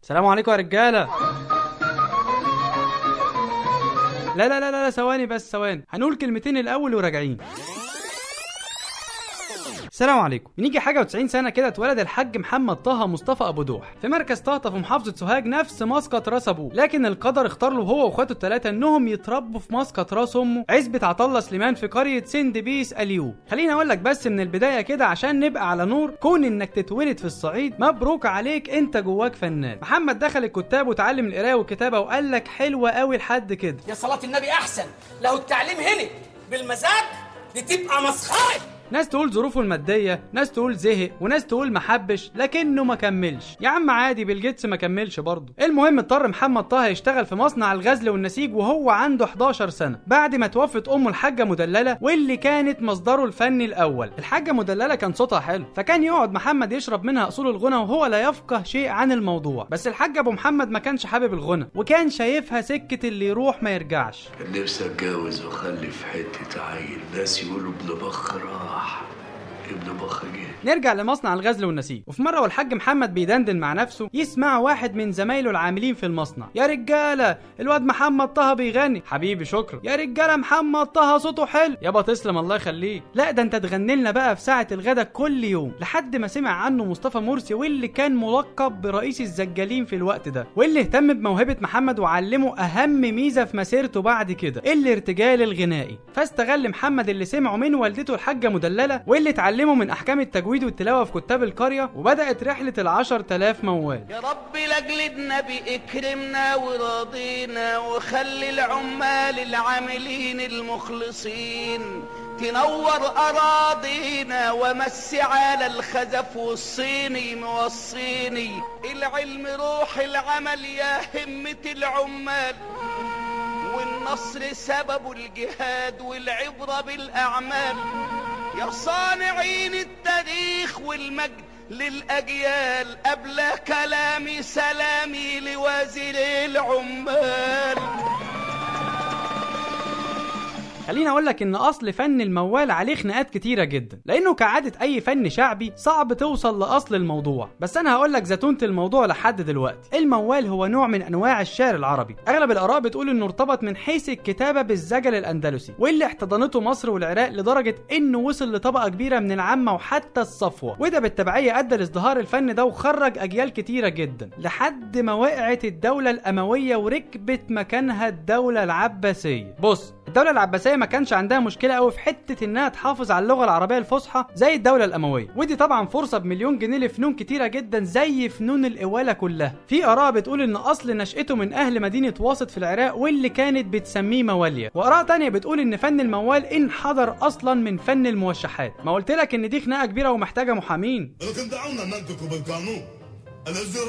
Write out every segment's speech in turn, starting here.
السلام عليكم يا رجاله. لا لا لا لا ثواني بس ثواني، هنقول كلمتين الاول وراجعين. السلام عليكم. من يجي حاجه و90 سنه كده اتولد الحاج محمد طه مصطفى ابو دوح في مركز طهطا في محافظه سوهاج، نفس مسقط راس ابوه، لكن القدر اختار له هو واخواته الثلاثه انهم يتربوا في مسقط راس امه عزبه عطله سليمان في قريه سندبيس اليوب. خليني اقول لك بس من البدايه كده عشان نبقى على نور، كون انك تتولد في الصعيد مبروك عليك، انت جواك فنان. محمد دخل الكتاب وتعلم القرايه والكتابه وقال لك حلوه قوي لحد كده. يا صلاه النبي احسن، لو التعليم هنا بالمزاج دي تبقى مسخره. ناس تقول ظروفه الماديه، ناس تقول زهق، وناس تقول محبش لكنه ما كملش. يا عم عادي، بيل جيتس ما كملش برضه. المهم اضطر محمد طه يشتغل في مصنع الغزل والنسيج وهو عنده 11 سنه بعد ما توفت امه الحاجه مدلله، واللي كانت مصدره الفني الاول. الحاجه مدلله كان صوتها حلو، فكان يقعد محمد يشرب منها اصول الغنى وهو لا يفقه شيء عن الموضوع. بس الحاج ابو محمد ما كانش حابب الغنى وكان شايفها سكه اللي يروح ما يرجعش. كان نفسي اتجوز واخلف حته عيل، ناس يقولوا ابن بخ راح ابن بخ جه. نرجع لمصنع الغزل والنسيج، وفي مره والحاج محمد بيدندن مع نفسه يسمع واحد من زمايله العاملين في المصنع: يا رجاله الواد محمد طه بيغني. حبيبي شكرا. يا رجاله محمد طه صوته حلو. يابا تسلم الله يخليك. لا ده انت تغني لنا بقى في ساعه الغدا كل يوم. لحد ما سمع عنه مصطفى مرسي، واللي كان ملقب برئيس الزجالين في الوقت ده، واللي اهتم بموهبه محمد وعلمه اهم ميزه في مسيرته بعد كده، الارتجال الغنائي. فاستغل محمد اللي سمعه من والدته الحاجه مدلله، واللي اتعلمه من احكام التجويد والتلاوه في كتاب القريه، وبدات رحله ال10,000 موال. يا رب لاجل النبي اكرمنا وراضينا، وخلي العمال العاملين المخلصين تنور اراضينا، ومسي على الخزف والصيني موصيني، العلم روح العمل يا همة العمال، والنصر سبب الجهاد والعبرة بالاعمال، يا صانعين التاريخ والمجد للأجيال، قبل كلامي سلامي لوزير العمال. خليني اقول لك ان اصل فن الموال عليه خناقات كتيره جدا، لانه كعاده اي فن شعبي صعب توصل لاصل الموضوع. بس انا هقول لك زتونه الموضوع لحد دلوقتي. الموال هو نوع من انواع الشعر العربي، اغلب الاراء بتقول انه ارتبط من حيث الكتابه بالزجل الاندلسي، واللي احتضنته مصر والعراق لدرجه انه وصل لطبقه كبيره من العامه وحتى الصفوه، وده بالتبعيه ادى لازدهار الفن ده وخرج اجيال كتيره جدا، لحد ما وقعت الدوله الامويه وركبت مكانها الدوله العباسيه. بص، الدوله العباسيه ما كانش عندها مشكله قوي في حته انها تحافظ على اللغه العربيه الفصحى زي الدوله الامويه، ودي طبعا فرصه بمليون جنيه لفنون كتيره جدا زي فنون القواله كلها. في اراء بتقول ان اصل نشأته من اهل مدينه واسط في العراق، واللي كانت بتسميه مواليه، واراء تانية بتقول ان فن الموال انحدر اصلا من فن الموشحات. ما قلت لك ان دي خناقه كبيره ومحتاجه محامين. لكن دعونا ننطق بالقانون الذي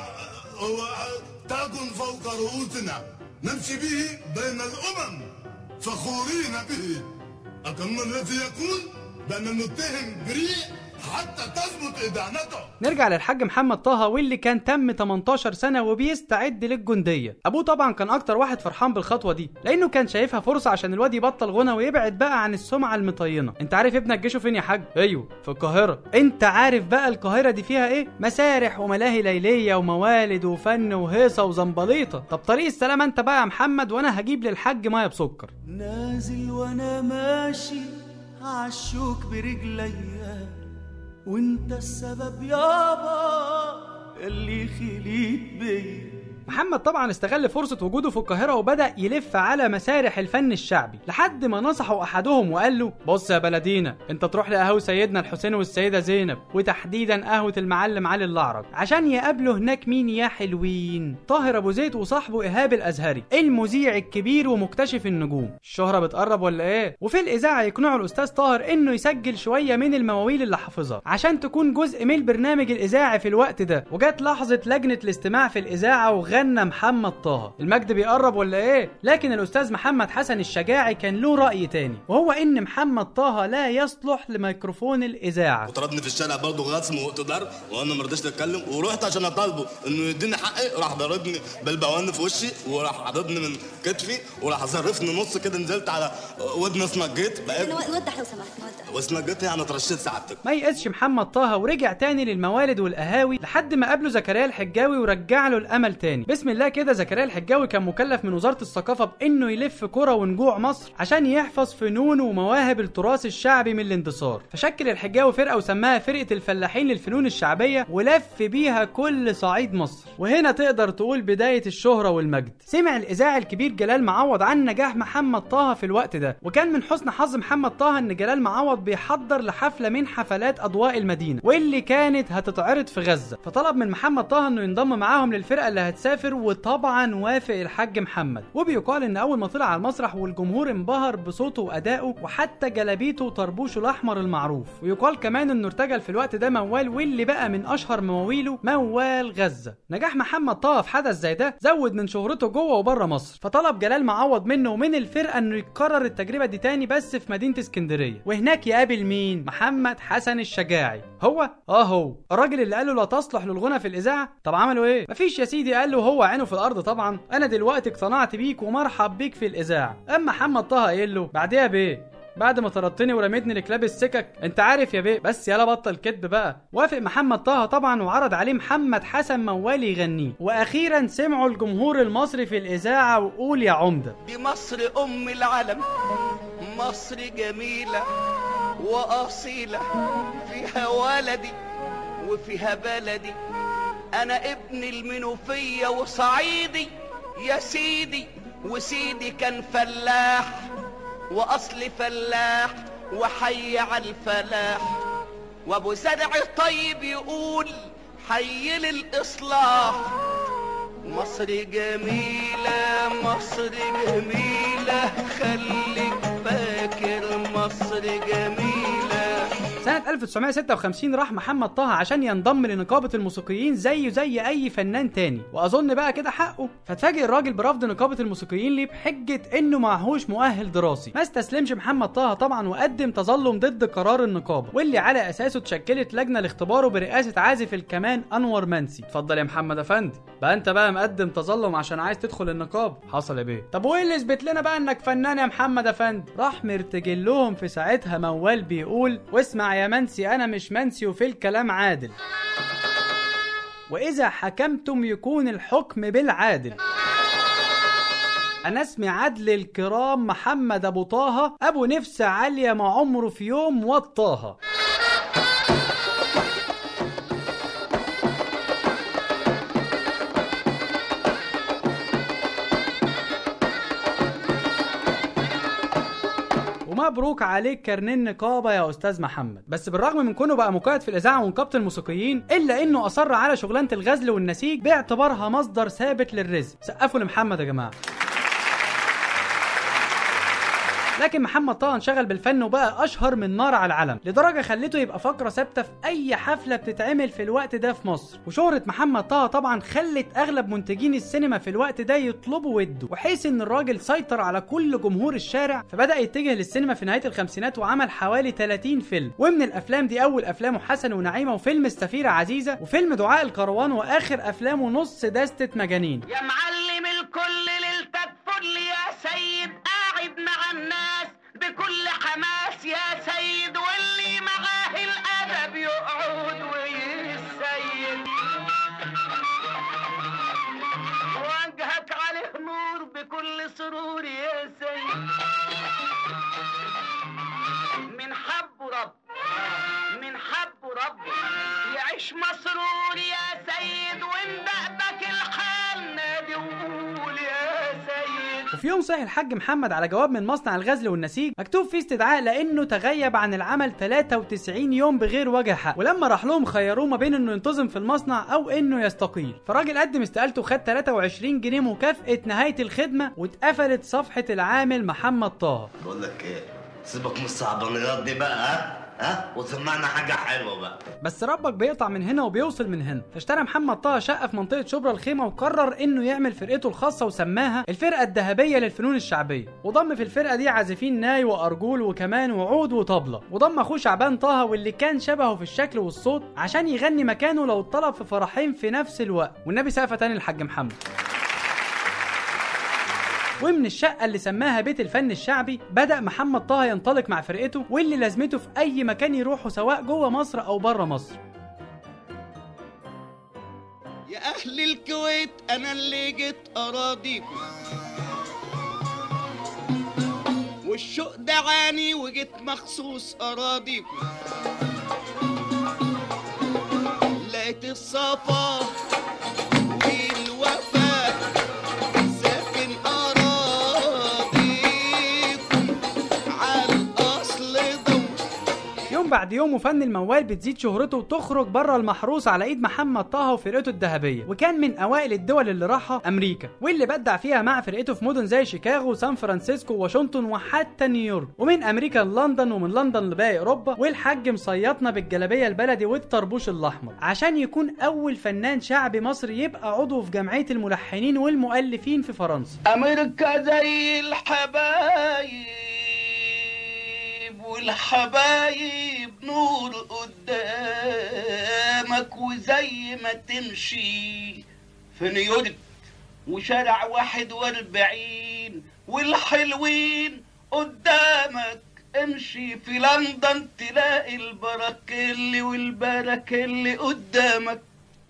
هو تاج فوق رؤوسنا نمشي به بين الامم فخورين به. القانون الذي يقول بأن المتهم بريء حتى تثبت إدانته. نرجع للحاج محمد طه، واللي كان تم 18 سنة وبيستعد للجندية. أبوه طبعا كان أكتر واحد فرحان بالخطوة دي، لأنه كان شايفها فرصة عشان الواد يبطل غنى ويبعد بقى عن السمعة المطينة. أنت عارف ابنك جيشه فين يا حاج؟ أيوه في القاهرة. أنت عارف بقى القاهرة دي فيها إيه؟ مسارح وملاهي ليلية وموالد وفن وهيصة وزنبليطة. طب طريق السلامة أنت بقى يا محمد، وأنا هجيب للحاج مية بسكر. نازل وأنا ماشي عالشوك برجليا، وانت السبب يابا اللي خليت بيا. محمد طبعا استغل فرصة وجوده في القاهرة وبدأ يلف على مسارح الفن الشعبي، لحد ما نصحه أحدهم وقال له: بص يا بلدينا، انت تروح لقهوة سيدنا الحسين والسيدة زينب، وتحديدا قهوة المعلم علي الأعرج، عشان يقابله هناك مين يا حلوين؟ طاهر أبو زيد وصاحبه إيهاب الأزهري، المذيع الكبير ومكتشف النجوم. الشهرة بتقرب ولا إيه؟ وفي الإذاعة يقنعوا الأستاذ طاهر إنه يسجل شوية من المواويل اللي حافظها عشان تكون جزء من البرنامج الإذاعي في الوقت ده. وجات لحظة لجنة الاستماع في الإذاعة وغنى محمد طه. المجد بيقرب ولا ايه؟ لكن الاستاذ محمد حسن الشجاعي كان له رأي تاني، وهو ان محمد طه لا يصلح لميكروفون الاذاعه. وطردني في الشارع برضه غصم واقتدار، وانا ما رضيتش اتكلم، ورحت عشان اطالبه انه يديني حقي، راح ضربني بالبوان في وشي، وراح عضدني من كتفي، وراح ظرفني نص كده، نزلت على ودني اسنجيت. وضح لو سمحت وضح. واسنجيت يعني اترشيت سعادتك. ما يقاسش محمد طه ورجع تاني للموالد والقهاوي، لحد ما جاب له زكريا الحجاوي ورجع له الامل تاني. بسم الله كده زكريا الحجاوي كان مكلف من وزارة الثقافة بانه يلف كرة ونجوع مصر عشان يحفظ فنون ومواهب التراث الشعبي من الاندثار. فشكل الحجاوي فرقة وسماها فرقة الفلاحين للفنون الشعبية ولف بيها كل صعيد مصر، وهنا تقدر تقول بداية الشهرة والمجد. سمع الاذاعي الكبير جلال معوض عن نجاح محمد طه في الوقت ده، وكان من حسن حظ محمد طه ان جلال معوض بيحضر لحفلة من حفلات اضواء المدينة واللي كانت هتتعرض في غزة، فطلب من محمد طه انه ينضم معاهم للفرقة اللي هتسافر، وطبعا وافق الحاج محمد. وبيقال ان اول ما طلع على المسرح والجمهور انبهر بصوته وادائه وحتى جلابيته وطربوشه الاحمر المعروف. ويقال كمان انه ارتجل في الوقت ده موال، واللي بقى من اشهر مواويله موال غزة. نجاح محمد طه في حدث زي ده زود من شهرته جوه وبره مصر، فطلب جلال معوض منه ومن الفرقة انه يكرر التجربة دي تاني بس في مدينة اسكندرية، وهناك يقابل مين؟ محمد حسن الشجاعي. هو الراجل اللي قاله لا تصلح للغنى في الاذاعه. طب عملوا ايه؟ مفيش يا سيدي، قال له هو عينه في الارض طبعا، انا دلوقتي اقتنعت بيك ومرحب بيك في الاذاعه. اما محمد طه قايل له بعديها بايه؟ بعد ما طردتني ورميتني لكلاب السكك، انت عارف يا بيه، بس يلا بطل كدب بقى. وافق محمد طه طبعا وعرض عليه محمد حسن موال يغنيه، واخيرا سمعوا الجمهور المصري في الاذاعه وقول يا عمده. دي مصر ام العالم، مصر جميله واصيله، فيها ولدي وفيها بلدي، انا ابن المنوفيه وصعيدي يا سيدي، وسيدي كان فلاح واصل فلاح وحي على الفلاح، وابو زرع طيب يقول حي للاصلاح. مصر جميله مصر جميله، خليك فاكر مصر جميله. سنة 1956 راح محمد طه عشان ينضم لنقابة الموسيقيين زيه زي أي فنان تاني، وأظن بقى كده حقه. فاتفاجئ الراجل برفض نقابة الموسيقيين ليه؟ بحجة إنه معهوش مؤهل دراسي. ما استسلمش محمد طه طبعا وقدم تظلم ضد قرار النقابة، واللي على أساسه اتشكلت لجنة لاختباره برئاسة عازف الكمان أنور منسي. اتفضل يا محمد أفندي، بقى أنت بقى مقدم تظلم عشان عايز تدخل النقابة. حصل يا بيه. طب وإيه اللي يثبت لنا بقى إنك فنان يا محمد أفندي؟ راح مرتجل لهم في ساعتها موال بيقول واسمع يا منسي أنا مش منسي وفي الكلام عادل، وإذا حكمتم يكون الحكم بالعادل. أنا اسمي عدل الكرام محمد أبو طه، أبو نفس عالية ما عمره في يوم وطاها. مبروك عليك كارنيه النقابه يا استاذ محمد. بس بالرغم من كونه بقى مقيد في الاذاعه ونقابه الموسيقيين، الا انه اصر على شغلانه الغزل والنسيج باعتبارها مصدر ثابت للرزق. سقفوا لمحمد يا جماعه. لكن محمد طه انشغل بالفن وبقى اشهر من نار على العلم، لدرجه خلته يبقى فقره ثابته في اي حفله بتتعمل في الوقت ده في مصر. وشهره محمد طه طبعا خلت اغلب منتجين السينما في الوقت ده يطلبوا وده، وحيث ان الراجل سيطر على كل جمهور الشارع، فبدا يتجه للسينما في نهايه الخمسينات وعمل حوالي 30 فيلم. ومن الافلام دي اول افلامه حسن ونعيمه، وفيلم السفيره عزيزه، وفيلم دعاء الكروان، واخر افلامه نص دستة مجانين. يا معلم الكل ليلتك فل يا سيد، قاعد مع الناس بكل حماس يا سيد، واللي معاه الادب يقعد ويسيد، وجهك عليه نور بكل سرور يا سيد، من حب رب من حب رب يعيش مسرور يا سيد، وان دقدك الحال نادي وقول يا سيد. وفي يوم صحي الحاج محمد على جواب من مصنع الغزل والنسيج مكتوب فيه استدعاء لانه تغيب عن العمل 93 يوم بغير وجه حق، ولما راح لهم خيروه ما بين انه ينتظم في المصنع او انه يستقيل. فالراجل قدم استقالته وخد 23 جنيه مكافأة نهاية الخدمة، واتقفلت صفحة العامل محمد طه. بقول لك ايه، سيبك من الصعبانيات دي بقى، ها وسمعنا حاجه حلوه بقى. بس ربك بيقطع من هنا وبيوصل من هنا. فاشترى محمد طه شقه في منطقه شبرا الخيمه، وقرر انه يعمل فرقته الخاصه وسماها الفرقه الذهبيه للفنون الشعبيه، وضم في الفرقه دي عازفين ناي وارجول وكمان وعود وطبله، وضم اخوه شعبان طه واللي كان شبهه في الشكل والصوت عشان يغني مكانه لو اتطلب في فرحين في نفس الوقت. والنبي سقفه تاني للحاج محمد. ومن الشقة اللي سماها بيت الفن الشعبي بدأ محمد طه ينطلق مع فرقته، واللي لازمته في أي مكان يروحوا سواء جوه مصر أو بره مصر. اهل الكويت انا اللي جيت اراضيكم، والشوق دعاني وجيت مخصوص اراضيكم، لقيت الصفا والوفا ساكن اراضيكم على الاصل دور. يوم بعد يوم وفن الموال بتزيد شهرته وتخرج بره المحروس على ايد محمد طه وفرقته الذهبيه، وكان من اوائل الدول اللي راحها امريكا واللي بدع فيها مع فرقته في مدن زي شيكاغو وسان فرانسيسكو وواشنطن وحتى نيويورك، ومن امريكا للندن ومن لندن لباقي اوروبا. والحاج مصيطنا بالجلابيه البلدي والطربوش الاحمر عشان يكون اول فنان شعبي مصري يبقى عضو في جمعيه الملحنين والمؤلفين في فرنسا. امريكا زي الحبايب والحبايب نور قدامك، وزي ما تمشي في نيويورك وشارع 41 والحلوين قدامك، امشي في لندن تلاقي البراكيلي والبراكيلي قدامك.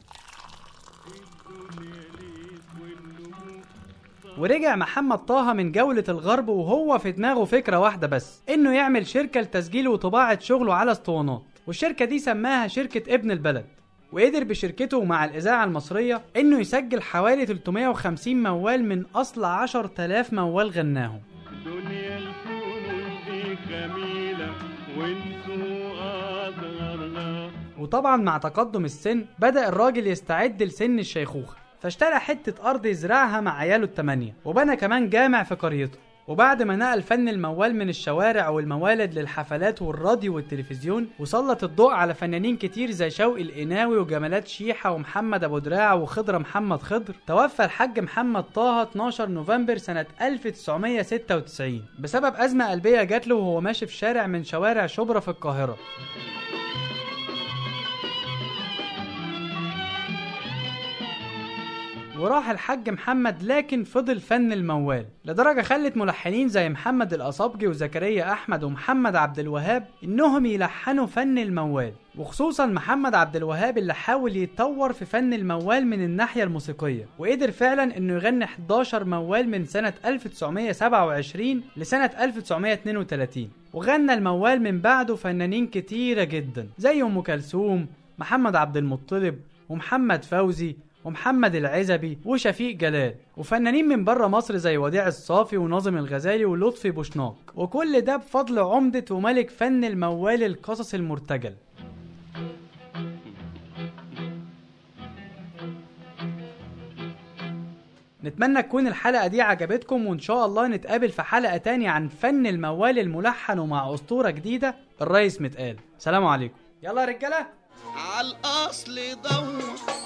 ورجع محمد طه من جولة الغرب وهو في دماغه فكرة واحدة بس، انه يعمل شركة لتسجيل وطباعة شغله على اسطوانات، والشركة دي سماها شركة ابن البلد. وقدر بشركته مع الإذاعة المصرية انه يسجل حوالي 350 موال من اصل 10,000 موال غناهم. دنيا الفنون دي جميلة وانتوا أصغرنا. وطبعا مع تقدم السن بدأ الراجل يستعد لسن الشيخوخة، فاشترى حتة أرض يزرعها مع عياله ال8، وبنى كمان جامع في قريته. وبعد ما نقل فن الموال من الشوارع والموالد للحفلات والراديو والتلفزيون، وسلط الضوء على فنانين كتير زي شوقي القناوي وجمالات شيحة ومحمد أبو دراع وخضرة محمد خضر. توفى الحاج محمد طه 12 نوفمبر سنة 1996 بسبب أزمة قلبية جات له وهو ماشي في شارع من شوارع شبرا في القاهرة. وراح الحاج محمد، لكن فضل فن الموال لدرجة خلت ملحنين زي محمد الأصابجي وزكريا أحمد ومحمد عبد الوهاب إنهم يلحنوا فن الموال، وخصوصا محمد عبد الوهاب اللي حاول يتطور في فن الموال من الناحية الموسيقية، وقدر فعلا إنه يغني 11 موال من سنة 1927 لسنة 1932. وغنى الموال من بعده فنانين كتيرة جدا زي أم كلثوم، محمد عبد المطلب، ومحمد فوزي، ومحمد العزبي، وشفيق جلال، وفنانين من بره مصر زي وديع الصافي وناظم الغزالي ولطفي بوشناق. وكل ده بفضل عمدة وملك فن الموال القصص المرتجل. نتمنى تكون الحلقة دي عجبتكم، وإن شاء الله نتقابل في حلقة تانية عن فن الموال الملحن ومع أسطورة جديدة، الريس متقال. سلام عليكم. يلا يا رجالة، على الأصل دور.